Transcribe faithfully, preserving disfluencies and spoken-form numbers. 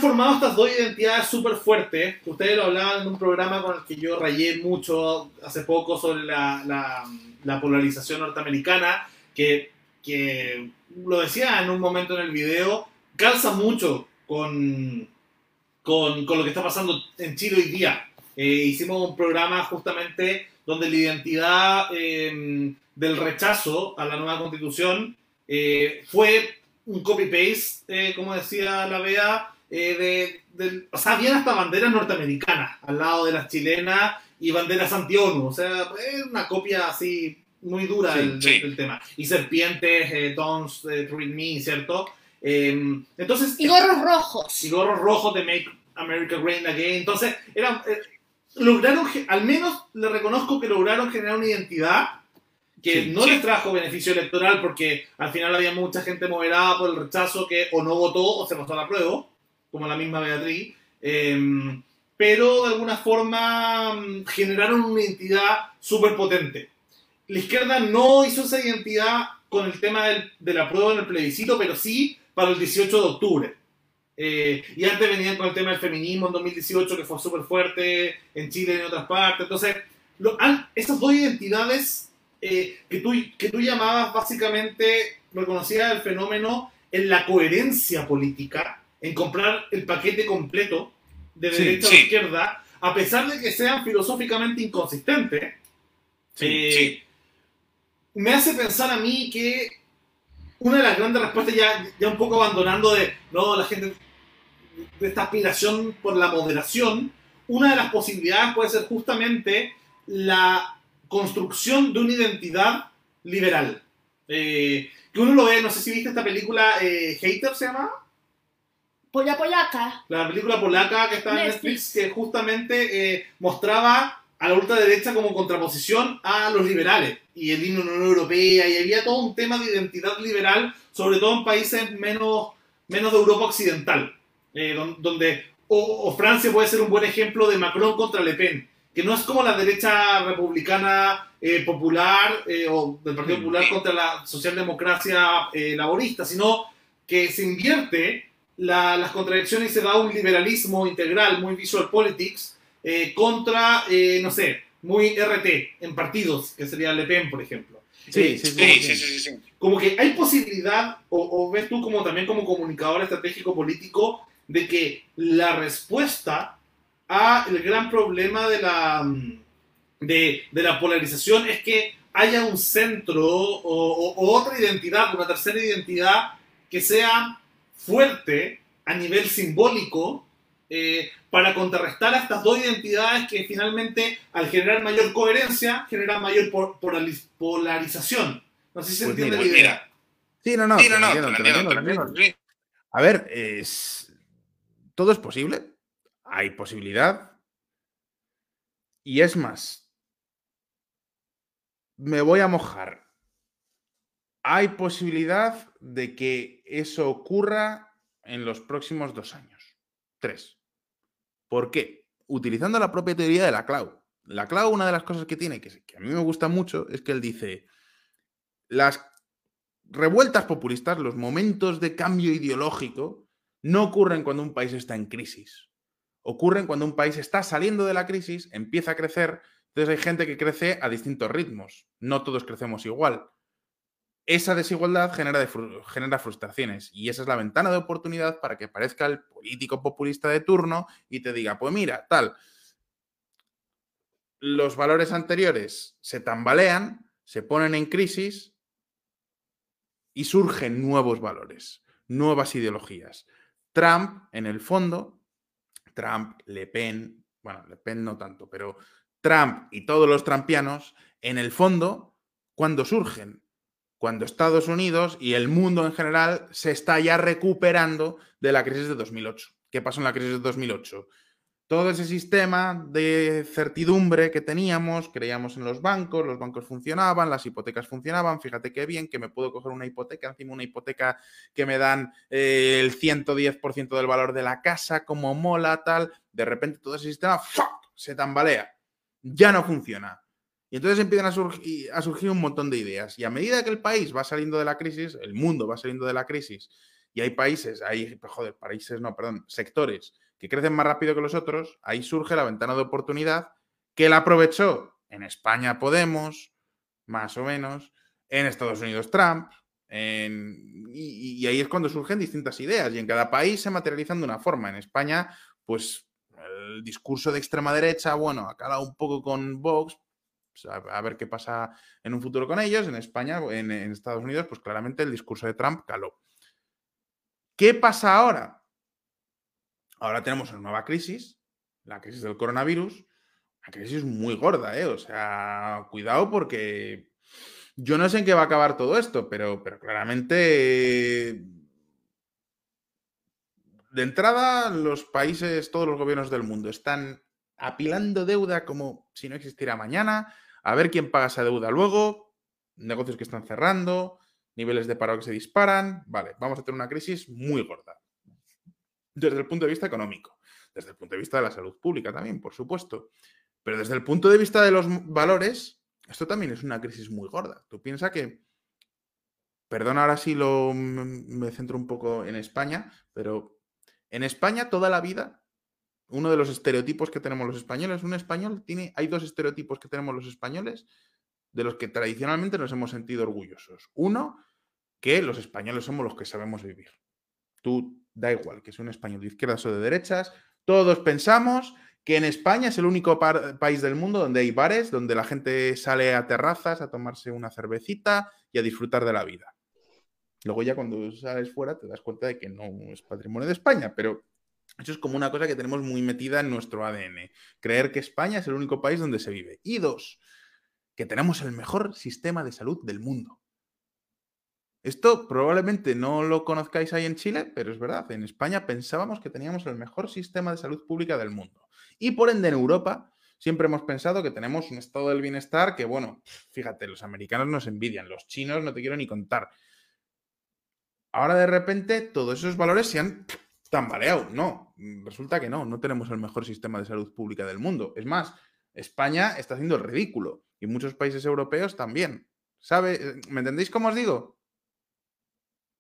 formado estas dos identidades súper fuertes. Ustedes lo hablaban en un programa con el que yo rayé mucho hace poco sobre la, la, la polarización norteamericana, que, que lo decía en un momento en el video, calza mucho con, con, con lo que está pasando en Chile hoy día. Eh, hicimos un programa justamente donde la identidad eh, del rechazo a la nueva constitución eh, fue un copy-paste, eh, como decía la Bea, eh, de, de, o sea, habían hasta banderas norteamericanas al lado de las chilenas y banderas anti-ONU, o sea, es una copia así muy dura sí, del, sí. del tema. Y serpientes, eh, Don't eh, Treat Me, ¿cierto? Eh, entonces, y gorros rojos. Y gorros rojos de Make America Great Again. Entonces, era, eh, lograron, al menos le reconozco que lograron generar una identidad que sí, no sí. les trajo beneficio electoral porque al final había mucha gente moderada por el rechazo que o no votó o se pasó a la prueba, como la misma Beatriz, eh, pero de alguna forma generaron una identidad súper potente. La izquierda no hizo esa identidad con el tema del, de la prueba en el plebiscito, pero sí para el dieciocho de octubre. Eh, y antes venían con el tema del feminismo en dos mil dieciocho, que fue súper fuerte en Chile y en otras partes. Entonces, lo, han, esas dos identidades eh, que, tú, que tú llamabas básicamente, reconocías el fenómeno en la coherencia política, en comprar el paquete completo de derecha sí, sí. a izquierda, a pesar de que sean filosóficamente inconsistentes, sí, eh, sí. me hace pensar a mí que una de las grandes respuestas, ya, ya un poco abandonando de no, la gente de esta aspiración por la moderación, una de las posibilidades puede ser justamente la construcción de una identidad liberal. Eh, que uno lo ve, no sé si viste esta película, eh, Hater se llama. Polla Polaca. La película polaca que está en Netflix, que justamente eh, mostraba a la ultraderecha como contraposición a los liberales y el himno de la Unión Europea, y había todo un tema de identidad liberal, sobre todo en países menos, menos de Europa occidental, eh, donde o, o Francia puede ser un buen ejemplo de Macron contra Le Pen, que no es como la derecha republicana eh, popular eh, o del Partido Popular contra la socialdemocracia eh, laborista, sino que se invierte la, las contradicciones y se da un liberalismo integral, muy visual politics, eh, contra, eh, no sé, muy R T en partidos, que sería Le Pen, por ejemplo. Sí, eh, sí, sí, como, sí, que, sí, sí, sí. como que hay posibilidad, o, o ves tú como también como comunicador estratégico político, de que la respuesta a el gran problema de la, de, de la polarización es que haya un centro o, o, o otra identidad, una tercera identidad que sea fuerte a nivel simbólico eh, para contrarrestar a estas dos identidades que finalmente, al generar mayor coherencia, generan mayor por, polariz, polarización. No sé si se pues entiende mira, la idea. Sí, no, no. Sí, no, no, entiendo, te lo entiendo, te lo entiendo. entiendo. A ver, es... todo es posible. Hay posibilidad. Y es más, me voy a mojar. Hay posibilidad de que eso ocurra en los próximos dos años. Tres. ¿Por qué? Utilizando la propia teoría de la Clau. La Clau, una de las cosas que tiene, que, que a mí me gusta mucho, es que él dice, las revueltas populistas, los momentos de cambio ideológico, no ocurren cuando un país está en crisis. Ocurren cuando un país está saliendo de la crisis, empieza a crecer, entonces hay gente que crece a distintos ritmos. No todos crecemos igual. Esa desigualdad genera, de fru- genera frustraciones y esa es la ventana de oportunidad para que aparezca el político populista de turno y te diga, pues mira, tal, los valores anteriores se tambalean, se ponen en crisis y surgen nuevos valores, nuevas ideologías. Trump, en el fondo, Trump, Le Pen, bueno, Le Pen no tanto, pero Trump y todos los trumpianos, en el fondo, ¿cuándo surgen? Cuando Estados Unidos y el mundo en general se está ya recuperando de la crisis de dos mil ocho. ¿Qué pasó en la crisis de dos mil ocho? Todo ese sistema de certidumbre que teníamos, creíamos en los bancos, los bancos funcionaban, las hipotecas funcionaban, fíjate qué bien, que me puedo coger una hipoteca, encima una hipoteca que me dan eh, el ciento diez por ciento del valor de la casa, como mola, tal. De repente todo ese sistema ¡fuck!, se tambalea, ya no funciona. Y entonces empiezan a, surgir, a surgir un montón de ideas. Y a medida que el país va saliendo de la crisis, el mundo va saliendo de la crisis, y hay países, hay, joder, países no, perdón, sectores que crecen más rápido que los otros, ahí surge la ventana de oportunidad que la aprovechó en España Podemos, más o menos, en Estados Unidos Trump, en, y, y ahí es cuando surgen distintas ideas y en cada país se materializan de una forma. En España, pues el discurso de extrema derecha, bueno, ha calado un poco con Vox, pues, a, a ver qué pasa en un futuro con ellos. En España, en, en Estados Unidos, pues claramente el discurso de Trump caló. ¿Qué pasa ahora? Ahora tenemos una nueva crisis, la crisis del coronavirus, una crisis muy gorda, ¿eh? O sea, cuidado porque yo no sé en qué va a acabar todo esto, pero, pero claramente, de entrada, los países, todos los gobiernos del mundo están apilando deuda como si no existiera mañana, a ver quién paga esa deuda luego, negocios que están cerrando, niveles de paro que se disparan. Vale, vamos a tener una crisis muy gorda. Desde el punto de vista económico, desde el punto de vista de la salud pública también, por supuesto. Pero desde el punto de vista de los valores, esto también es una crisis muy gorda. Tú piensas que, perdona ahora sí lo, me centro un poco en España, pero en España toda la vida, uno de los estereotipos que tenemos los españoles, un español tiene, hay dos estereotipos que tenemos los españoles de los que tradicionalmente nos hemos sentido orgullosos. Uno, que los españoles somos los que sabemos vivir. Tú, da igual que es un español de izquierdas o de derechas, todos pensamos que en España es el único país del mundo donde hay bares, donde la gente sale a terrazas a tomarse una cervecita y a disfrutar de la vida. Luego ya cuando sales fuera te das cuenta de que no es patrimonio de España, pero eso es como una cosa que tenemos muy metida en nuestro A D N. Creer que España es el único país donde se vive. Y dos, que tenemos el mejor sistema de salud del mundo. Esto probablemente no lo conozcáis ahí en Chile, pero es verdad, en España pensábamos que teníamos el mejor sistema de salud pública del mundo. Y por ende en Europa siempre hemos pensado que tenemos un estado del bienestar que, bueno, fíjate, los americanos nos envidian, los chinos no te quiero ni contar. Ahora de repente todos esos valores se han tambaleado. No, resulta que no, no tenemos el mejor sistema de salud pública del mundo. Es más, España está haciendo el ridículo y muchos países europeos también. ¿Sabe? ¿Me entendéis cómo os digo?